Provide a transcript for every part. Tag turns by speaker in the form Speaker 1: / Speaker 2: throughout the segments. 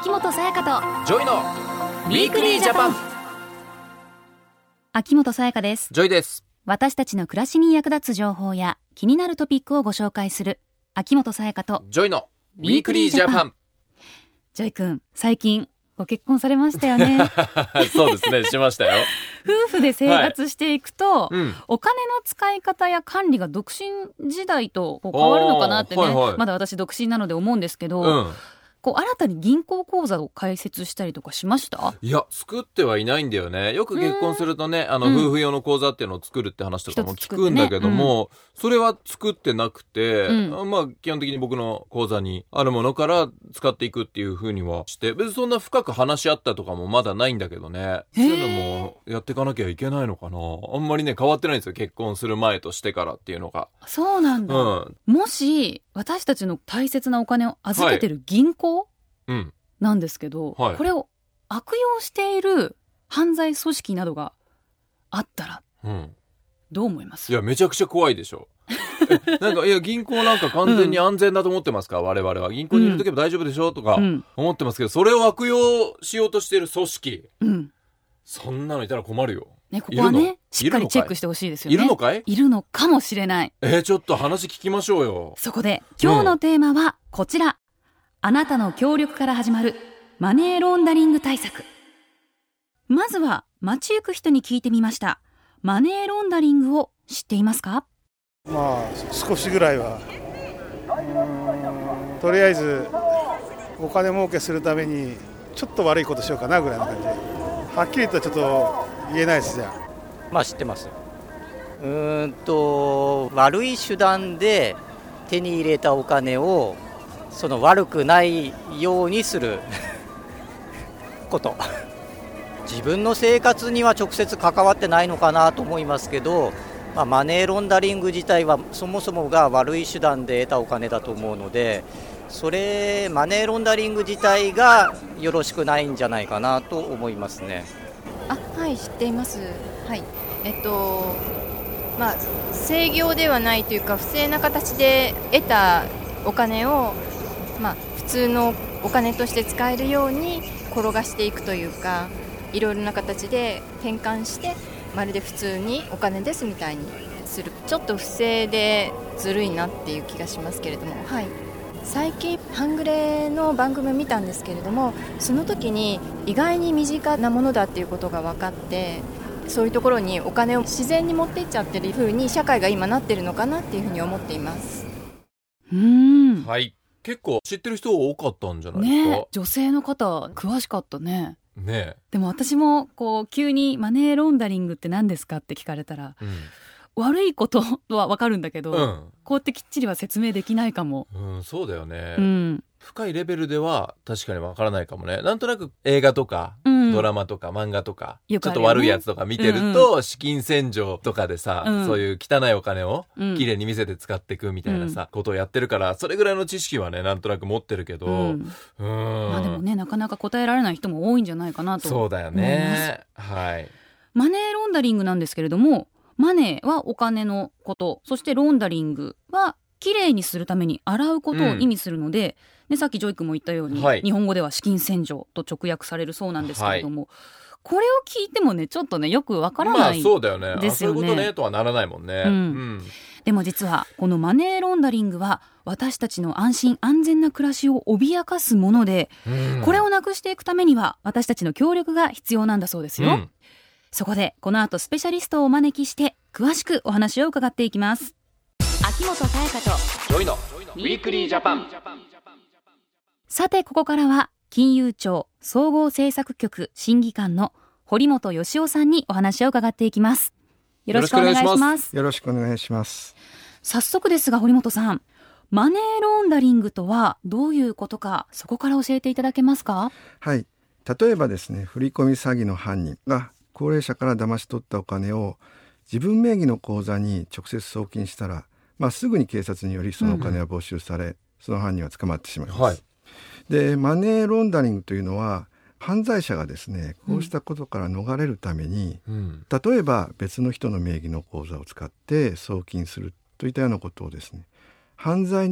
Speaker 1: 秋元才加と
Speaker 2: ジョイのウィークリージャパン。
Speaker 1: 秋元才加です。
Speaker 2: ジョイです。
Speaker 1: 私たちの暮らしに役立つ情報や気になるトピックをご紹介する秋元才加と
Speaker 2: ジョイのウィークリージャパン。
Speaker 1: ジョイ君、最近ご結婚されましたよね。
Speaker 2: そうですね、しましたよ。
Speaker 1: 夫婦で生活していくと、
Speaker 2: うん、
Speaker 1: お金の使い方や管理が独身時代とこう変わるのかなってね、
Speaker 2: はいはい、
Speaker 1: まだ私独身なので思うんですけど、こう新たに銀行口座を開設したりとかしました？
Speaker 2: いや、作ってはいないんだよね。よく結婚するとね、夫婦用の口座っていうのを作るって話とかも聞くんだけども、それは作ってなくて、まあ基本的に僕の口座にあるものから使っていくっていう風にはして、別にそんな深く話し合ったとかもまだないんだけどね。そういうのもやっていかなきゃいけないのかな。あんまりね、変わってないんですよ。結婚する前としてからっていうのが。
Speaker 1: そうなんだ。もし私たちの大切なお金を預けてる銀行、なんですけど、これを悪用している犯罪組織などがあったら、どう思います？
Speaker 2: いや、めちゃくちゃ怖いでしょ。なんか、いや、銀行なんか完全に安全だと思ってますか、我々は。銀行にいるときは大丈夫でしょとか思ってますけど、それを悪用しようとしている組織、そんなのいたら困るよ。
Speaker 1: ね、ここはね、しっかりチェックしてほしいですよね。
Speaker 2: いるのかい？
Speaker 1: いるのかもしれない。
Speaker 2: ちょっと話聞きましょうよ。
Speaker 1: そこで今日のテーマはこちら、あなたの協力から始まるマネーロンダリング対策。まずは街行く人に聞いてみました。マネーロンダリングを知っていますか？
Speaker 3: まあ少しぐらいは。とりあえずお金儲けするためにちょっと悪いことしようかなぐらいな感じ。はっきりとちょっと言えないですじゃあ。
Speaker 4: まあ知ってます。悪い手段で手に入れたお金をその悪くないようにすること自分の生活には直接関わってないのかなと思いますけど、マネーロンダリング自体はそもそもが悪い手段で得たお金だと思うので、マネーロンダリング自体がよろしくないんじゃないかなと思いますね。
Speaker 5: はい、知っています。はい、制御ではないというか不正な形で得たお金を普通のお金として使えるように転がしていくというか、いろいろな形で転換してまるで普通にお金ですみたいにする、ちょっと不正でずるいなっていう気がしますけれども、最近半グレの番組を見たんですけれども、その時に意外に身近なものだっていうことが分かって、そういうところにお金を自然に持っていっちゃってる風に社会が今なってるのかなっていうふうに思っています。
Speaker 2: はい、結構知ってる人多かったんじゃないですか。
Speaker 1: 女性の方詳しかったね。
Speaker 2: で
Speaker 1: も私もこう急にマネーロンダリングって何ですかって聞かれたら、悪いことは分かるんだけど、こうやってきっちりは説明できないかも。
Speaker 2: そうだよね、深いレベルでは確かに分からないかもね。なんとなく映画とか、ドラマとか漫画とか、ちょっと悪いやつとか見てると、資金洗浄とかでさ、そういう汚いお金を綺麗に見せて使っていくみたいなさ、ことをやってるから、それぐらいの知識はね、なんとなく持ってるけど、で
Speaker 1: もね、なかなか答えられない人も多いんじゃないかなと思います。
Speaker 2: そうだよね。
Speaker 1: マネーロンダリングなんですけれども、マネーはお金のこと、そしてロンダリングはきれいにするために洗うことを意味するので、さっきジョイ君も言ったように、日本語では資金洗浄と直訳されるそうなんですけれども、これを聞いてもね、ちょっとね、よくわからないですよね。
Speaker 2: そうだよね。そういうことねとはならないもんね。
Speaker 1: でも実はこのマネーロンダリングは私たちの安心安全な暮らしを脅かすもので、これをなくしていくためには私たちの協力が必要なんだそうですよ。そこでこの後スペシャリストをお招きして詳しくお話を伺っていきます。秋元才加と
Speaker 2: ジョイのウィークリージャパン。
Speaker 1: さて、ここからは金融庁総合政策局審議官の堀本義夫さんにお話を伺っていきます。よろしくお願いします。
Speaker 3: よろしくお願いします。
Speaker 1: 早速ですが堀本さん、マネーロンダリングとはどういうことか、そこから教えていただけますか？
Speaker 6: はい、例えばですね、振込詐欺の犯人が高齢者から騙し取ったお金を自分名義の口座に直接送金したら、すぐに警察によりそのお金は没収され、その犯人は捕まってしまいます。で、マネーロンダリングというのは犯罪者がですね、こうしたことから逃れるために、例えば別の人の名義の口座を使って送金するといったようなことをですね、犯罪によっ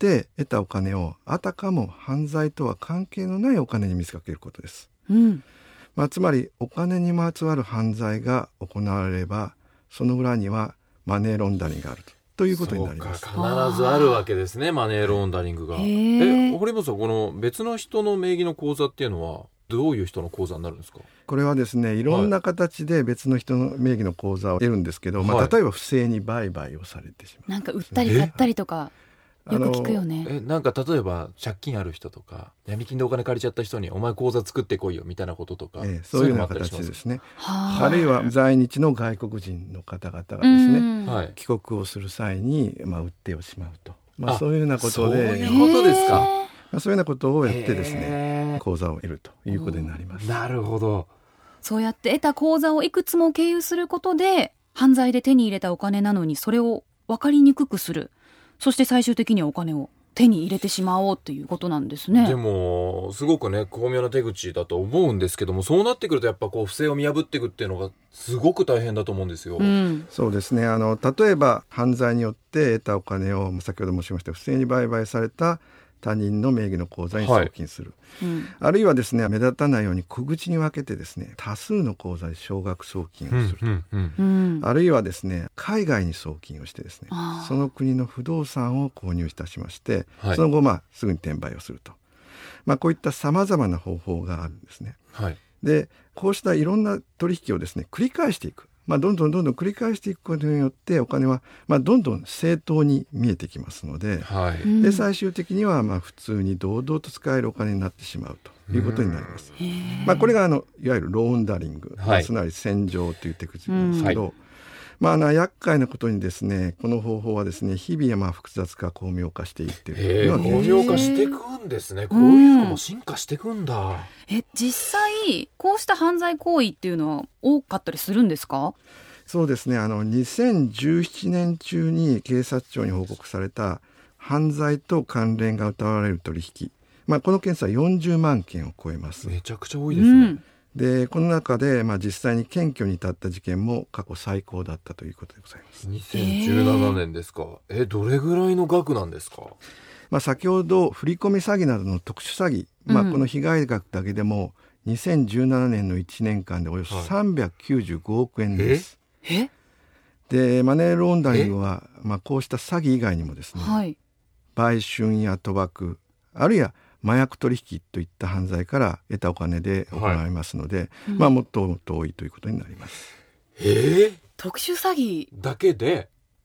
Speaker 6: って得たお金をあたかも犯罪とは関係のないお金に見せかけることです。つまりお金にまつわる犯罪が行われればその裏にはマネーロンダリングがあるということになります。
Speaker 2: そうか、必ずあるわけですね、マネーロンダリングが。堀本さん、この別の人の名義の口座っていうのはどういう人の口座になるんですか？
Speaker 6: これはですね、いろんな形で別の人の名義の口座を得るんですけど、例えば不正に売買をされてしまう、
Speaker 1: なんか売ったり買ったりとかよく聞くよね。
Speaker 2: なんか例えば借金ある人とか闇金でお金借りちゃった人にお前口座作ってこいよみたいなこととか、
Speaker 6: そういうような形ですね。あるいは在日の外国人の方々がですね、帰国をする際に売ってをしまうと、そういうようなことで、
Speaker 2: そういうことですか。
Speaker 6: そういうようなことをやってですね、口座を得るということになります。
Speaker 2: なるほど。
Speaker 1: そうやって得た口座をいくつも経由することで犯罪で手に入れたお金なのにそれを分かりにくくする、そして最終的にはお金を手に入れてしまおうということなんですね。
Speaker 2: でもすごくね巧妙な手口だと思うんですけども、そうなってくるとやっぱこう不正を見破っていくっていうのがすごく大変だと思うんですよ。
Speaker 6: そうですね、例えば犯罪によって得たお金を先ほど申しました不正に売買された他人の名義の口座に送金する、あるいはですね目立たないように小口に分けてですね多数の口座に少額送金をすると、あるいはですね海外に送金をしてですねその国の不動産を購入いたしまして、その後すぐに転売をすると、こういったさまざまな方法があるんですね。でこうしたいろんな取引をですね繰り返していく、どんどん繰り返していくことによってお金はどんどん正当に見えてきますので、で最終的には普通に堂々と使えるお金になってしまうということになります。これがいわゆるローンダリング、すなわち洗浄という手口なんですけど、厄介なことにですねこの方法はですね日々複雑化巧妙化していっている。
Speaker 2: 巧妙化していくんですね。こういうのも進化していくんだ。
Speaker 1: 実際こうした犯罪行為っていうのは多かったりするんですか？
Speaker 6: そうですね、2017年中に警察庁に報告された犯罪と関連が疑われる取引、この件数は40万件を超えます。
Speaker 2: めちゃくちゃ多いですね。
Speaker 6: でこの中で、実際に検挙に至った事件も過去最高だったということでございます。
Speaker 2: 2017年ですか。どれぐらいの額なんですか？
Speaker 6: 先ほど振り込み詐欺などの特殊詐欺、この被害額だけでも2017年の1年間でおよそ395億円です。でマネーロンダリングは、こうした詐欺以外にもですね、売春や賭博、あるいは麻薬取引といった犯罪から得たお金で行われますので、もっともっと多いということになります。
Speaker 1: 特殊詐欺
Speaker 2: だけで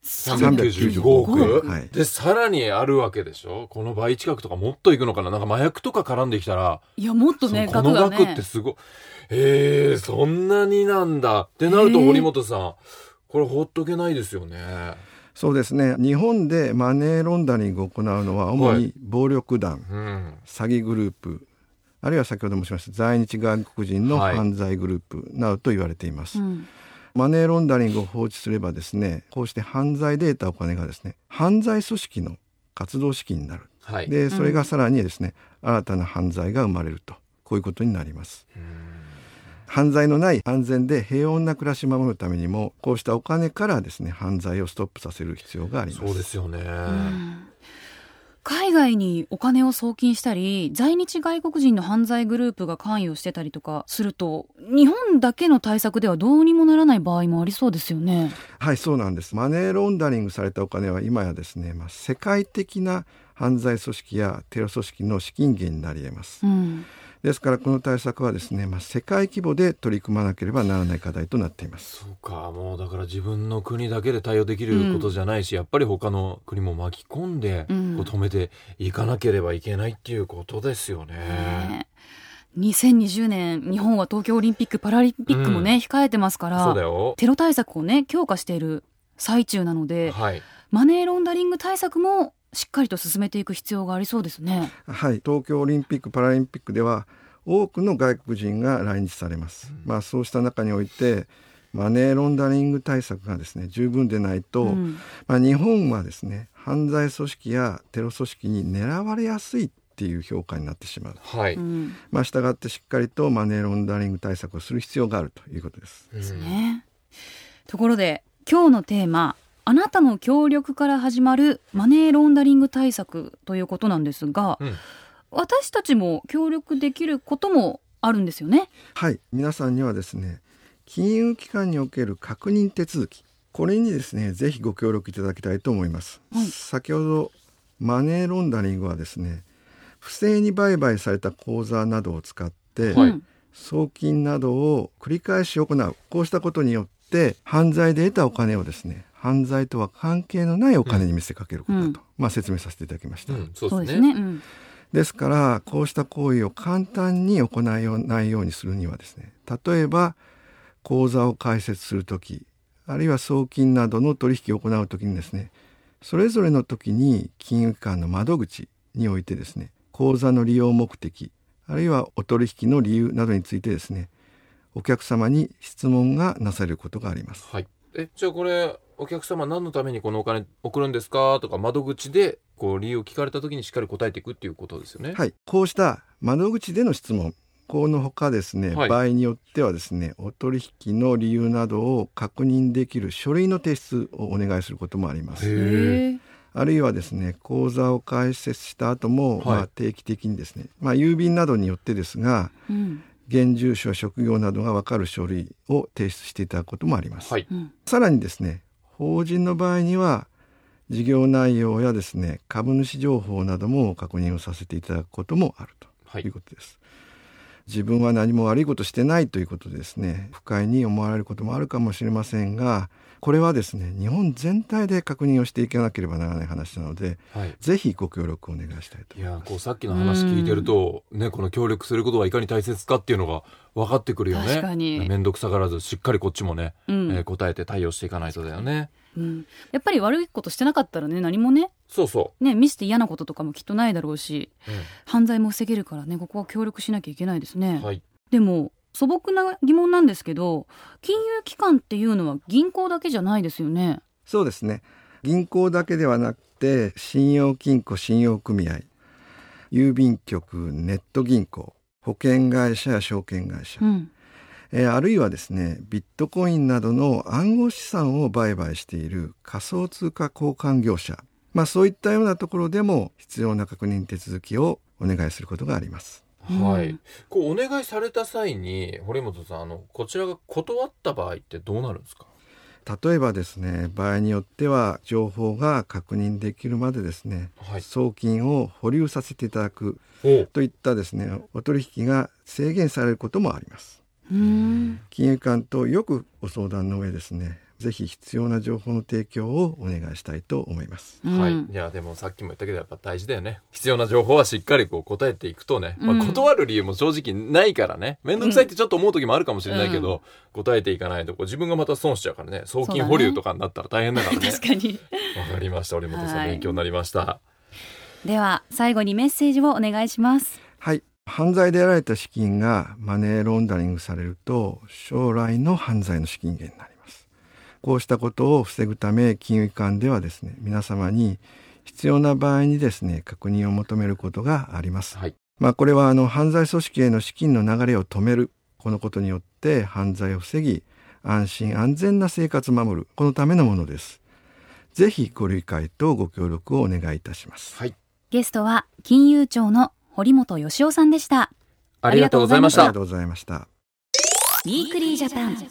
Speaker 2: 395億、でさらにあるわけでしょ。この倍近くとかもっといくのかな。なんか麻薬とか絡んできたら
Speaker 1: もっとね
Speaker 2: この額ってすごい、そんなになんだってなると堀本さん、これ放っとけないですよね。
Speaker 6: そうですね、日本でマネーロンダリングを行うのは主に暴力団、詐欺グループ、あるいは先ほど申しました在日外国人の犯罪グループなどと言われています。マネーロンダリングを放置すればですねこうして犯罪で得たお金がですね犯罪組織の活動資金になる、でそれがさらにですね新たな犯罪が生まれると、こういうことになります。犯罪のない安全で平穏な暮らしを守るためにもこうしたお金からですね犯罪をストップさせる必要があります。
Speaker 2: そうですよね。
Speaker 1: 海外にお金を送金したり在日外国人の犯罪グループが関与してたりとかすると日本だけの対策ではどうにもならない場合もありそうですよね。
Speaker 6: そうなんです。マネーロンダリングされたお金は今やですね、世界的な犯罪組織やテロ組織の資金源になり得ます。ですからこの対策はですね、世界規模で取り組まなければならない課題となっています。
Speaker 2: そうか、もうだから自分の国だけで対応できることじゃないし、やっぱり他の国も巻き込んで、こう止めていかなければいけないっていうことですよね。
Speaker 1: 2020年日本は東京オリンピックパラリンピックもね、控えてますから、
Speaker 2: そうだよ。
Speaker 1: テロ対策をね強化している最中なので、マネーロンダリング対策もしっかりと進めていく必要がありそうですね。
Speaker 6: 東京オリンピックパラリンピックでは多くの外国人が来日されます。そうした中においてマネーロンダリング対策がですね十分でないと、日本はですね犯罪組織やテロ組織に狙われやすいっていう評価になってしまう。したがってしっかりとマネーロンダリング対策をする必要があるということです。
Speaker 1: ところで今日のテーマあなたの協力から始まるマネーロンダリング対策ということなんですが、私たちも協力できることもあるんですよね。
Speaker 6: はい、皆さんにはですね、金融機関における確認手続き、これにですねぜひご協力いただきたいと思います。先ほどマネーロンダリングはですね、不正に売買された口座などを使って、送金などを繰り返し行う、こうしたことによって犯罪で得たお金をですね、犯罪とは関係のないお金に見せかけることだと、説明させていただきました。
Speaker 2: そうですね。
Speaker 6: ですからこうした行為を簡単に行わないようにするにはですね、例えば口座を開設するとき、あるいは送金などの取引を行うときにですね、それぞれの時に金融機関の窓口においてですね、口座の利用目的、あるいはお取引の理由などについてですね、お客様に質問がなされることがあります。
Speaker 2: じゃあこれお客様何のためにこのお金送るんですかとか、窓口で理由を聞かれた時にしっかり答えていくっていうことですよね。
Speaker 6: こうした窓口での質問、このほかですね、場合によってはですね、お取引の理由などを確認できる書類の提出をお願いすることもあります。あるいはですね、口座を開設した後も、定期的にですね、郵便などによってですが、現住所、職業などが分かる書類を提出していただくこともあります。さらにですね、法人の場合には事業内容やですね、株主情報なども確認をさせていただくこともあるということです。自分は何も悪いことしてないということでですね、不快に思われることもあるかもしれませんが、これはですね、日本全体で確認をしていかなければならない話なので、ぜひご協力をお願いしたいと思います。
Speaker 2: さっきの話聞いてると、この協力することがいかに大切かっていうのが分かってくるよね。
Speaker 1: 確かに
Speaker 2: めんどくさがらずしっかりこっちもね、答えて対応していかないとだよね。
Speaker 1: やっぱり悪いことしてなかったらね、何もね、ミスって嫌なこととかもきっとないだろうし、犯罪も防げるからね、ここは協力しなきゃいけないですね。でも素朴な疑問なんですけど、金融機関っていうのは銀行だけじゃないですよね。
Speaker 6: そうですね、銀行だけではなくて、信用金庫、信用組合、郵便局、ネット銀行、保険会社や証券会社、あるいはですね、ビットコインなどの暗号資産を売買している仮想通貨交換業者、そういったようなところでも必要な確認手続きをお願いすることがあります。
Speaker 2: お願いされた際に堀本さん、こちらが断った場合ってどうなるんですか？
Speaker 6: 例えばですね、場合によっては情報が確認できるまでですね、送金を保留させていただくといったですね、お取引が制限されることもあります。金融機関とよくご相談の上ですね、ぜひ必要な情報の提供をお願いしたいと思います。
Speaker 2: いやでもさっきも言ったけど、やっぱ大事だよね。必要な情報はしっかり答えていくとね、断る理由も正直ないからね、めんどくさいってちょっと思う時もあるかもしれないけど、答えていかないと自分がまた損しちゃうからね、送金保留とかになったら大変だからね。
Speaker 1: 確かに。
Speaker 2: わかりました、堀本さん、勉強になりました。
Speaker 1: では最後にメッセージをお願いします。
Speaker 6: 犯罪で得られた資金がマネーロンダリングされると、将来の犯罪の資金源になります。こうしたことを防ぐため、金融機関ではですね、皆様に必要な場合にですね、確認を求めることがあります。これは犯罪組織への資金の流れを止める、このことによって犯罪を防ぎ、安心安全な生活を守る、このためのものです。ぜひご理解とご協力をお願いいたします。
Speaker 1: ゲストは金融庁の堀本義夫さんでした。
Speaker 2: ありがとうございました。
Speaker 6: ありがとうございました。
Speaker 1: ウィークリージャパン。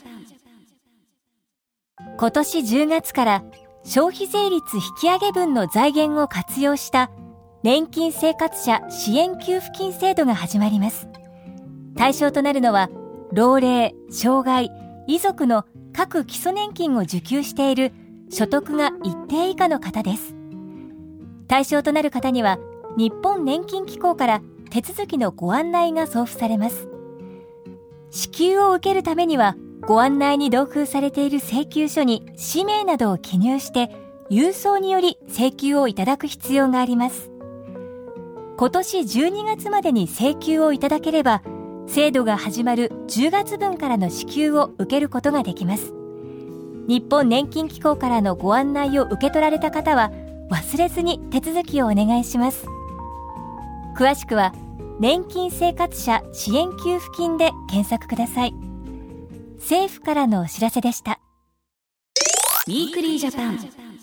Speaker 7: 今年10月から消費税率引き上げ分の財源を活用した年金生活者支援給付金制度が始まります。対象となるのは、老齢、障害、遺族の各基礎年金を受給している所得が一定以下の方です。対象となる方には、日本年金機構から手続きのご案内が送付されます。支給を受けるためには、ご案内に同封されている請求書に氏名などを記入して郵送により請求をいただく必要があります。今年12月までに請求をいただければ、制度が始まる10月分からの支給を受けることができます。日本年金機構からのご案内を受け取られた方は、忘れずに手続きをお願いします。詳しくは年金生活者支援給付金で検索ください。政府からのお知らせでした。
Speaker 1: ウィークリージャパン。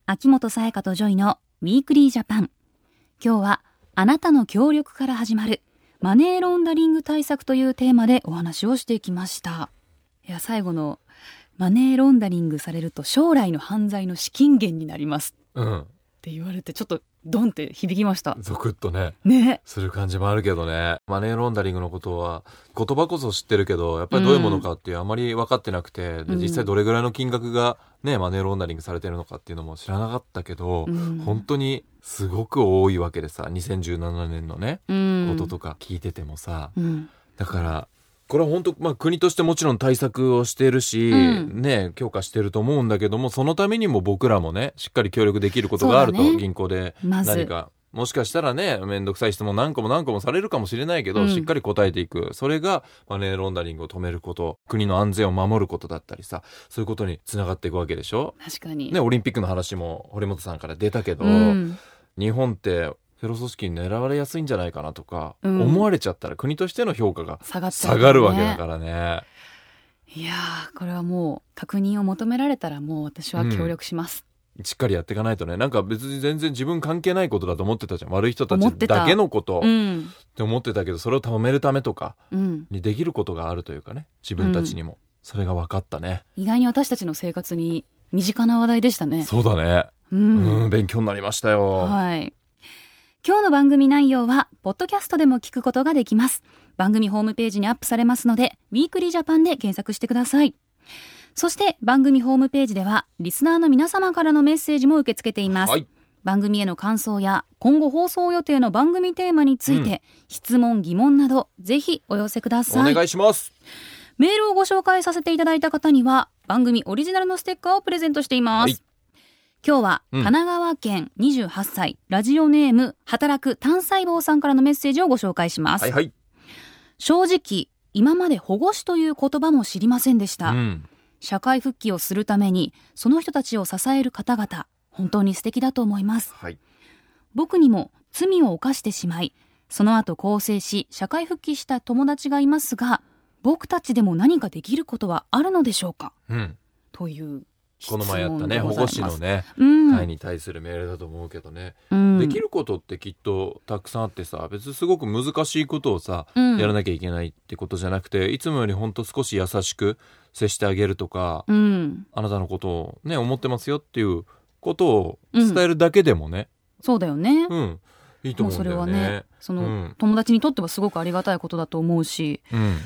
Speaker 1: 秋元才加とジョイのウィークリージャパン。今日はあなたの協力から始まるマネーロンダリング対策というテーマでお話をしてきました。いや、最後のマネーロンダリングされると将来の犯罪の資金源になりますって言われて、ちょっとドンって響きました。
Speaker 2: ゾクッとねする感じもあるけどね。マネーロンダリングのことは言葉こそ知ってるけど、やっぱりどういうものかっていうあまり分かってなくて、で実際どれぐらいの金額がねマネーロンダリングされてるのかっていうのも知らなかったけど、本当にすごく多いわけでさ、2017年のね、こととか聞いててもさ、だからこれは本当、国としてもちろん対策をしているし、強化してると思うんだけども、そのためにも僕らもねしっかり協力できることがあると、銀行で何か、もしかしたらねめんどくさい質問何個もされるかもしれないけど、しっかり答えていく、それがマネーロンダリングを止めること、国の安全を守ることだったりさ、そういうことにつながっていくわけでしょ。
Speaker 1: 確かに
Speaker 2: ね、オリンピックの話も堀本さんから出たけど、日本ってテロ組織に狙われやすいんじゃないかなとか、思われちゃったら国としての評価が下がるわけだからね。
Speaker 1: いやー、これはもう確認を求められたらもう私は協力します、
Speaker 2: しっかりやっていかないとね。なんか別に全然自分関係ないことだと思ってたじゃん。悪い人たちだけのことって思ってたけど、それを止めるためとかにできることがあるというかね、自分たちにも、それが分かったね。
Speaker 1: 意外に私たちの生活に身近な話題でしたね。
Speaker 2: そうだね、勉強になりましたよ。
Speaker 1: はい。今日の番組内容はポッドキャストでも聞くことができます。番組ホームページにアップされますので、ウィークリージャパンで検索してください。そして番組ホームページではリスナーの皆様からのメッセージも受け付けています、番組への感想や今後放送予定の番組テーマについて、質問疑問などぜひお寄せください。
Speaker 2: お願いします。
Speaker 1: メールをご紹介させていただいた方には番組オリジナルのステッカーをプレゼントしています、今日は神奈川県28歳、ラジオネーム働く単細胞さんからのメッセージをご紹介します、正直今まで保護司という言葉も知りませんでした、社会復帰をするためにその人たちを支える方々、本当に素敵だと思います、僕にも罪を犯してしまい、その後更生し社会復帰した友達がいますが、僕たちでも何かできることはあるのでしょうか、という
Speaker 2: この前やったね保護司のね、会に対するメールだと思うけどね、できることってきっとたくさんあってさ、別にすごく難しいことをさ、やらなきゃいけないってことじゃなくて、いつもよりほんと少し優しく接してあげるとか、あなたのことをね思ってますよっていうことを伝えるだけでもね、
Speaker 1: そうだよね、
Speaker 2: いいと思うんだよね。もうそれはね、
Speaker 1: その、友達にとってはすごくありがたいことだと思うし、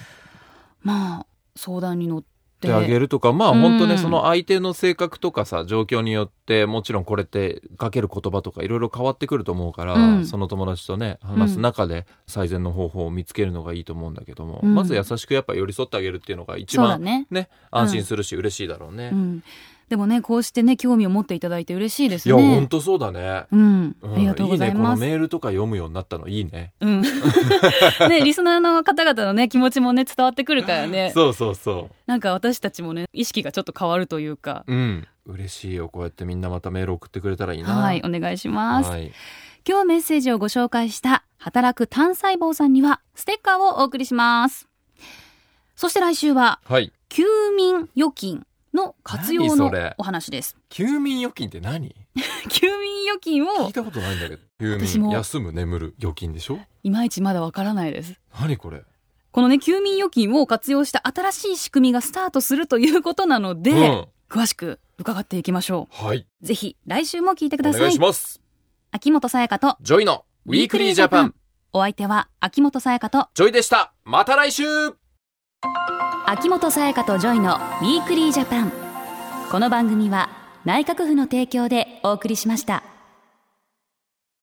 Speaker 1: 相談に乗って
Speaker 2: あげるとか、本当ね、その相手の性格とかさ、状況によってもちろんこれってかける言葉とかいろいろ変わってくると思うから、その友達とね話す中で最善の方法を見つけるのがいいと思うんだけども、まず優しくやっぱ寄り添ってあげるっていうのが一番ね安心するし嬉しいだろうね、
Speaker 1: でもね、こうしてね興味を持っていただいて嬉しいですね。
Speaker 2: いや本当そうだね、
Speaker 1: ありがとうございます。
Speaker 2: いいね、このメールとか読むようになったのいいね、
Speaker 1: ね、リスナーの方々のね気持ちもね伝わってくるからね
Speaker 2: そう
Speaker 1: なんか私たちもね意識がちょっと変わるというか、
Speaker 2: 嬉しいよ。こうやってみんなまたメール送ってくれたらいいな。
Speaker 1: はい、お願いします、今日メッセージをご紹介した働く単細胞さんにはステッカーをお送りします。そして来週は、休眠預金の活用のお話です。
Speaker 2: 休眠預金って何？
Speaker 1: 休眠預金を
Speaker 2: 聞いたことないんだけど、休眠、休む眠る預金でしょ。
Speaker 1: いまいちまだわからないです。
Speaker 2: 何これ？
Speaker 1: このね休眠預金を活用した新しい仕組みがスタートするということなので、詳しく伺っていきましょう。ぜひ来週も聞いてください。
Speaker 2: お願いします。
Speaker 1: 秋元才加と
Speaker 2: ジョイのウィークリージャパン。
Speaker 1: お相手は秋元才加と
Speaker 2: ジョイでした。また来週。
Speaker 1: 秋元才加とジョイのウィークリージャパン。この番組は内閣府の提供でお送りしました。